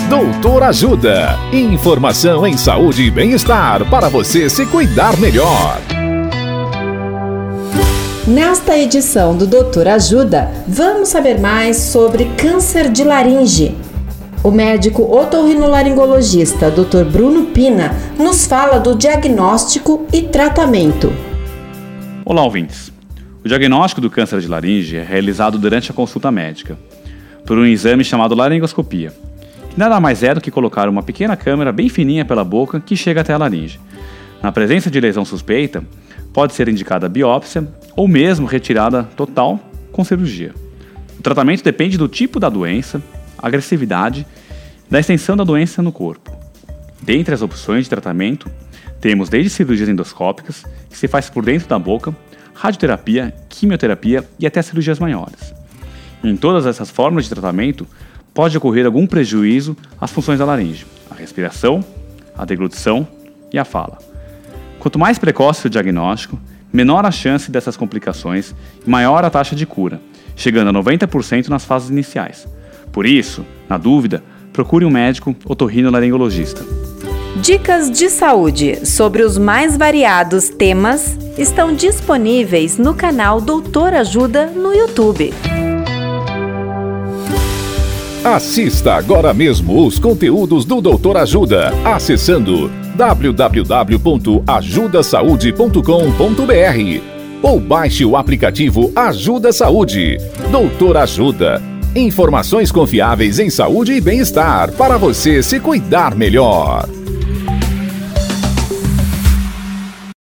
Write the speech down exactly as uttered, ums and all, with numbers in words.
Doutor Ajuda. Informação em saúde e bem-estar para você se cuidar melhor. Nesta edição do Doutor Ajuda, vamos saber mais sobre câncer de laringe. O médico otorrinolaringologista doutor Bruno Pina nos fala do diagnóstico e tratamento. Olá, ouvintes. O diagnóstico do câncer de laringe é realizado durante a consulta médica, por um exame chamado laringoscopia, que nada mais é do que colocar uma pequena câmera bem fininha pela boca que chega até a laringe. Na presença de lesão suspeita, pode ser indicada biópsia ou mesmo retirada total com cirurgia. O tratamento depende do tipo da doença, agressividade, da extensão da doença no corpo. Dentre as opções de tratamento, temos desde cirurgias endoscópicas, que se faz por dentro da boca, radioterapia, quimioterapia e até cirurgias maiores. Em todas essas formas de tratamento, pode ocorrer algum prejuízo às funções da laringe, a respiração, a deglutição e a fala. Quanto mais precoce o diagnóstico, menor a chance dessas complicações e maior a taxa de cura, chegando a noventa por cento nas fases iniciais. Por isso, na dúvida, procure um médico otorrinolaringologista. Dicas de saúde sobre os mais variados temas estão disponíveis no canal Doutor Ajuda no YouTube. Assista agora mesmo os conteúdos do Doutor Ajuda, acessando w w w ponto ajuda saúde ponto com ponto b r ou baixe o aplicativo Ajuda Saúde. Doutor Ajuda. Informações confiáveis em saúde e bem-estar para você se cuidar melhor.